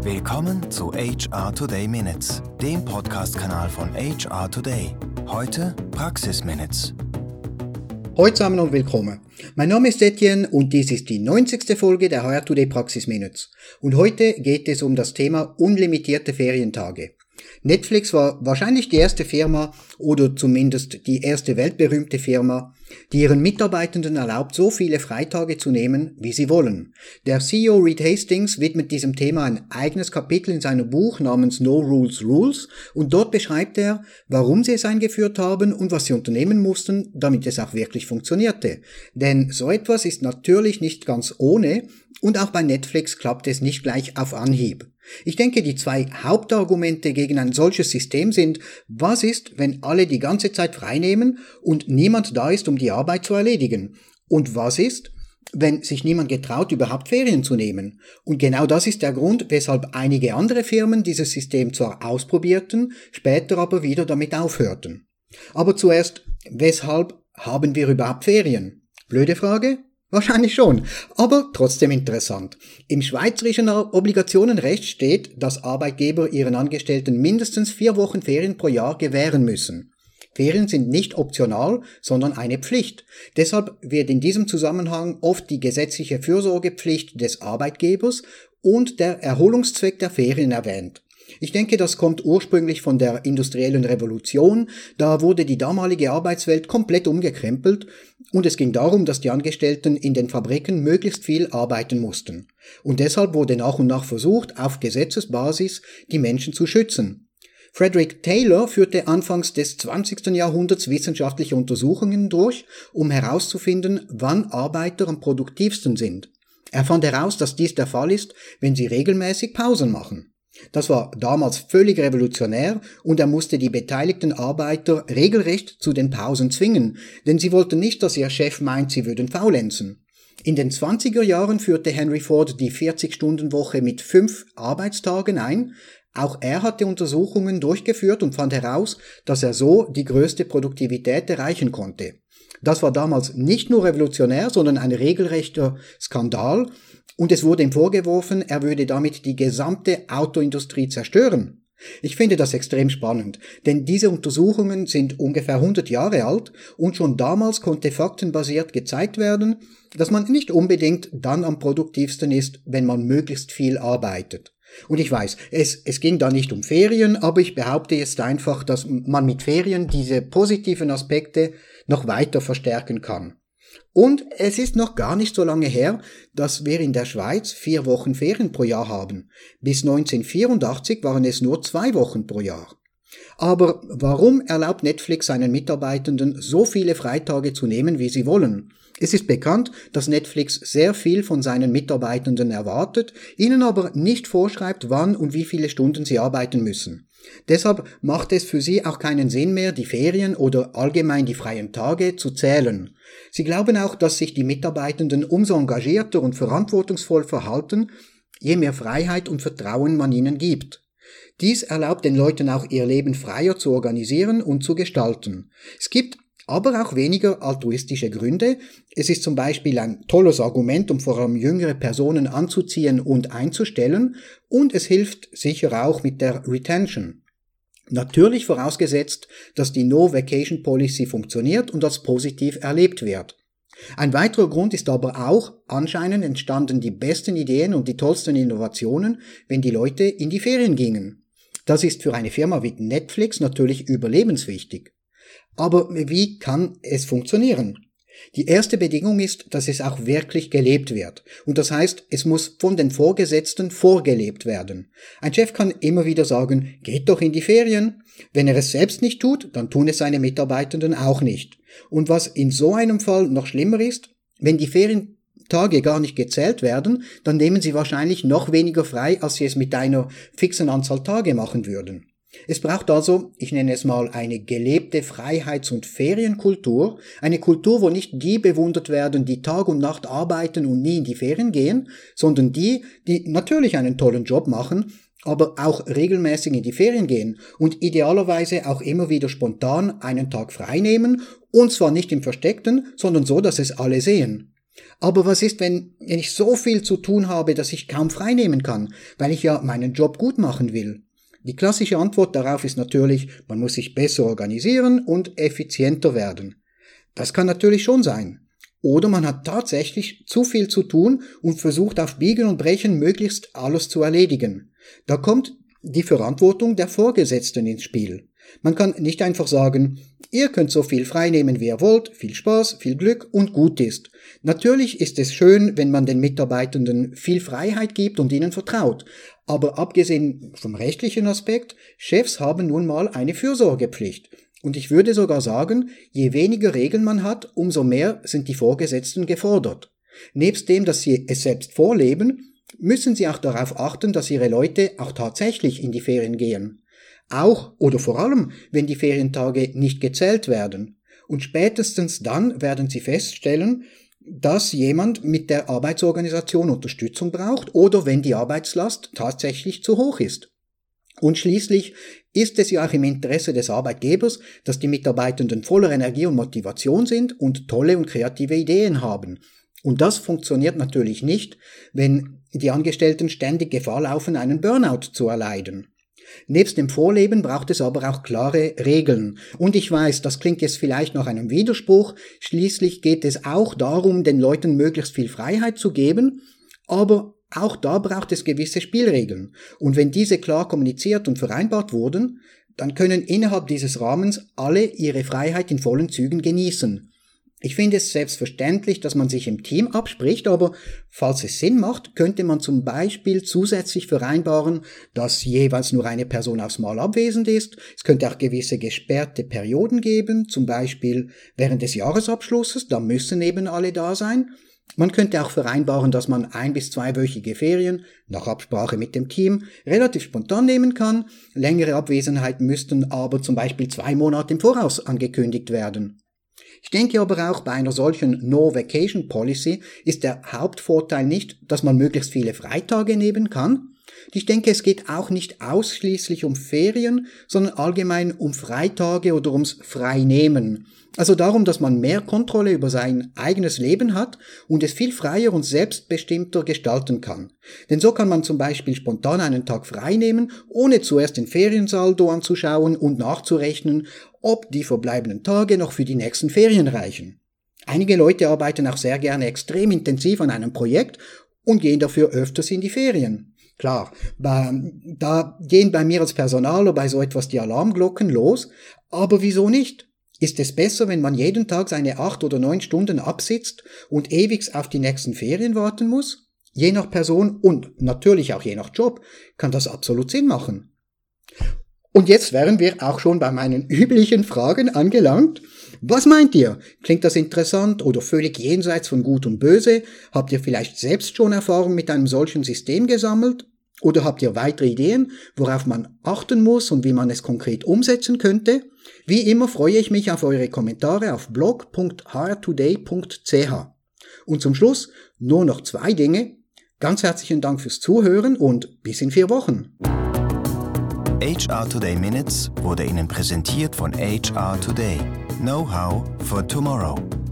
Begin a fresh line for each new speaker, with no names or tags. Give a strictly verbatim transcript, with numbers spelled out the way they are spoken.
Willkommen zu H R Today Minutes, dem Podcast-Kanal von H R Today. Heute Praxis Minutes.
Hallo zusammen und willkommen. Mein Name ist Etienne und dies ist die neunzigste Folge der H R Today Praxis Minutes. Und heute geht es um das Thema unlimitierte Ferientage. Netflix war wahrscheinlich die erste Firma oder zumindest die erste weltberühmte Firma, die ihren Mitarbeitenden erlaubt, so viele Freitage zu nehmen, wie sie wollen. Der C E O Reed Hastings widmet diesem Thema ein eigenes Kapitel in seinem Buch namens No Rules Rules und dort beschreibt er, warum sie es eingeführt haben und was sie unternehmen mussten, damit es auch wirklich funktionierte. Denn so etwas ist natürlich nicht ganz ohne und auch bei Netflix klappt es nicht gleich auf Anhieb. Ich denke, die zwei Hauptargumente gegen ein solches System sind, was ist, wenn alle die ganze Zeit frei nehmen und niemand da ist, um die Arbeit zu erledigen? Und was ist, wenn sich niemand getraut, überhaupt Ferien zu nehmen? Und genau das ist der Grund, weshalb einige andere Firmen dieses System zwar ausprobierten, später aber wieder damit aufhörten. Aber zuerst, weshalb haben wir überhaupt Ferien? Blöde Frage? Wahrscheinlich schon, aber trotzdem interessant. Im schweizerischen Obligationenrecht steht, dass Arbeitgeber ihren Angestellten mindestens vier Wochen Ferien pro Jahr gewähren müssen. Ferien sind nicht optional, sondern eine Pflicht. Deshalb wird in diesem Zusammenhang oft die gesetzliche Fürsorgepflicht des Arbeitgebers und der Erholungszweck der Ferien erwähnt. Ich denke, das kommt ursprünglich von der industriellen Revolution, da wurde die damalige Arbeitswelt komplett umgekrempelt und es ging darum, dass die Angestellten in den Fabriken möglichst viel arbeiten mussten. Und deshalb wurde nach und nach versucht, auf Gesetzesbasis die Menschen zu schützen. Frederick Taylor führte anfangs des zwanzigsten Jahrhunderts wissenschaftliche Untersuchungen durch, um herauszufinden, wann Arbeiter am produktivsten sind. Er fand heraus, dass dies der Fall ist, wenn sie regelmäßig Pausen machen. Das war damals völlig revolutionär und er musste die beteiligten Arbeiter regelrecht zu den Pausen zwingen, denn sie wollten nicht, dass ihr Chef meint, sie würden faulenzen. In den zwanziger Jahren führte Henry Ford die vierzig-Stunden-Woche mit fünf Arbeitstagen ein. Auch er hatte Untersuchungen durchgeführt und fand heraus, dass er so die größte Produktivität erreichen konnte. Das war damals nicht nur revolutionär, sondern ein regelrechter Skandal. Und es wurde ihm vorgeworfen, er würde damit die gesamte Autoindustrie zerstören. Ich finde das extrem spannend, denn diese Untersuchungen sind ungefähr hundert Jahre alt und schon damals konnte faktenbasiert gezeigt werden, dass man nicht unbedingt dann am produktivsten ist, wenn man möglichst viel arbeitet. Und ich weiß, es, es ging da nicht um Ferien, aber ich behaupte jetzt einfach, dass man mit Ferien diese positiven Aspekte noch weiter verstärken kann. Und es ist noch gar nicht so lange her, dass wir in der Schweiz vier Wochen Ferien pro Jahr haben. Bis neunzehnhundertvierundachtzig waren es nur zwei Wochen pro Jahr. Aber warum erlaubt Netflix seinen Mitarbeitenden so viele Freitage zu nehmen, wie sie wollen? Es ist bekannt, dass Netflix sehr viel von seinen Mitarbeitenden erwartet, ihnen aber nicht vorschreibt, wann und wie viele Stunden sie arbeiten müssen. Deshalb macht es für sie auch keinen Sinn mehr, die Ferien oder allgemein die freien Tage zu zählen. Sie glauben auch, dass sich die Mitarbeitenden umso engagierter und verantwortungsvoll verhalten, je mehr Freiheit und Vertrauen man ihnen gibt. Dies erlaubt den Leuten auch, ihr Leben freier zu organisieren und zu gestalten. Es gibt aber auch weniger altruistische Gründe. Es ist zum Beispiel ein tolles Argument, um vor allem jüngere Personen anzuziehen und einzustellen, und es hilft sicher auch mit der Retention. Natürlich vorausgesetzt, dass die No-Vacation Policy funktioniert und als positiv erlebt wird. Ein weiterer Grund ist aber auch, anscheinend entstanden die besten Ideen und die tollsten Innovationen, wenn die Leute in die Ferien gingen. Das ist für eine Firma wie Netflix natürlich überlebenswichtig. Aber wie kann es funktionieren? Die erste Bedingung ist, dass es auch wirklich gelebt wird. Und das heißt, es muss von den Vorgesetzten vorgelebt werden. Ein Chef kann immer wieder sagen, geht doch in die Ferien. Wenn er es selbst nicht tut, dann tun es seine Mitarbeitenden auch nicht. Und was in so einem Fall noch schlimmer ist, wenn die Ferientage gar nicht gezählt werden, dann nehmen sie wahrscheinlich noch weniger frei, als sie es mit einer fixen Anzahl Tage machen würden. Es braucht also, ich nenne es mal, eine gelebte Freiheits- und Ferienkultur, eine Kultur, wo nicht die bewundert werden, die Tag und Nacht arbeiten und nie in die Ferien gehen, sondern die, die natürlich einen tollen Job machen, aber auch regelmäßig in die Ferien gehen und idealerweise auch immer wieder spontan einen Tag frei nehmen, und zwar nicht im Versteckten, sondern so, dass es alle sehen. Aber was ist, wenn ich so viel zu tun habe, dass ich kaum frei nehmen kann, weil ich ja meinen Job gut machen will? Die klassische Antwort darauf ist natürlich, man muss sich besser organisieren und effizienter werden. Das kann natürlich schon sein. Oder man hat tatsächlich zu viel zu tun und versucht auf Biegen und Brechen möglichst alles zu erledigen. Da kommt die Verantwortung der Vorgesetzten ins Spiel. Man kann nicht einfach sagen, ihr könnt so viel frei nehmen, wie ihr wollt, viel Spaß, viel Glück und gut ist. Natürlich ist es schön, wenn man den Mitarbeitenden viel Freiheit gibt und ihnen vertraut. Aber abgesehen vom rechtlichen Aspekt, Chefs haben nun mal eine Fürsorgepflicht. Und ich würde sogar sagen, je weniger Regeln man hat, umso mehr sind die Vorgesetzten gefordert. Nebst dem, dass sie es selbst vorleben, müssen sie auch darauf achten, dass ihre Leute auch tatsächlich in die Ferien gehen. Auch oder vor allem, wenn die Ferientage nicht gezählt werden. Und spätestens dann werden sie feststellen, dass jemand mit der Arbeitsorganisation Unterstützung braucht oder wenn die Arbeitslast tatsächlich zu hoch ist. Und schließlich ist es ja auch im Interesse des Arbeitgebers, dass die Mitarbeitenden voller Energie und Motivation sind und tolle und kreative Ideen haben. Und das funktioniert natürlich nicht, wenn die Angestellten ständig Gefahr laufen, einen Burnout zu erleiden. Nebst dem Vorleben braucht es aber auch klare Regeln. Und ich weiß, das klingt jetzt vielleicht nach einem Widerspruch, schließlich geht es auch darum, den Leuten möglichst viel Freiheit zu geben, aber auch da braucht es gewisse Spielregeln. Und wenn diese klar kommuniziert und vereinbart wurden, dann können innerhalb dieses Rahmens alle ihre Freiheit in vollen Zügen genießen. Ich finde es selbstverständlich, dass man sich im Team abspricht, aber falls es Sinn macht, könnte man zum Beispiel zusätzlich vereinbaren, dass jeweils nur eine Person aufs Mal abwesend ist. Es könnte auch gewisse gesperrte Perioden geben, zum Beispiel während des Jahresabschlusses, da müssen eben alle da sein. Man könnte auch vereinbaren, dass man ein- bis zweiwöchige Ferien, nach Absprache mit dem Team, relativ spontan nehmen kann. Längere Abwesenheiten müssten aber zum Beispiel zwei Monate im Voraus angekündigt werden. Ich denke aber auch, bei einer solchen No-Vacation-Policy ist der Hauptvorteil nicht, dass man möglichst viele Freitage nehmen kann. Ich denke, es geht auch nicht ausschließlich um Ferien, sondern allgemein um Freitage oder ums Freinehmen. Also darum, dass man mehr Kontrolle über sein eigenes Leben hat und es viel freier und selbstbestimmter gestalten kann. Denn so kann man zum Beispiel spontan einen Tag frei nehmen, ohne zuerst den Feriensaldo anzuschauen und nachzurechnen, ob die verbleibenden Tage noch für die nächsten Ferien reichen. Einige Leute arbeiten auch sehr gerne extrem intensiv an einem Projekt und gehen dafür öfters in die Ferien. Klar, bei, da gehen bei mir als Personaler bei so etwas die Alarmglocken los, aber wieso nicht? Ist es besser, wenn man jeden Tag seine acht oder neun Stunden absitzt und ewig auf die nächsten Ferien warten muss? Je nach Person und natürlich auch je nach Job kann das absolut Sinn machen. Und jetzt wären wir auch schon bei meinen üblichen Fragen angelangt. Was meint ihr? Klingt das interessant oder völlig jenseits von Gut und Böse? Habt ihr vielleicht selbst schon Erfahrung mit einem solchen System gesammelt? Oder habt ihr weitere Ideen, worauf man achten muss und wie man es konkret umsetzen könnte? Wie immer freue ich mich auf eure Kommentare auf blog punkt h r today punkt c h. Und zum Schluss nur noch zwei Dinge. Ganz herzlichen Dank fürs Zuhören und bis in vier Wochen.
H R Today Minutes wurde Ihnen präsentiert von H R Today. Know-how for tomorrow.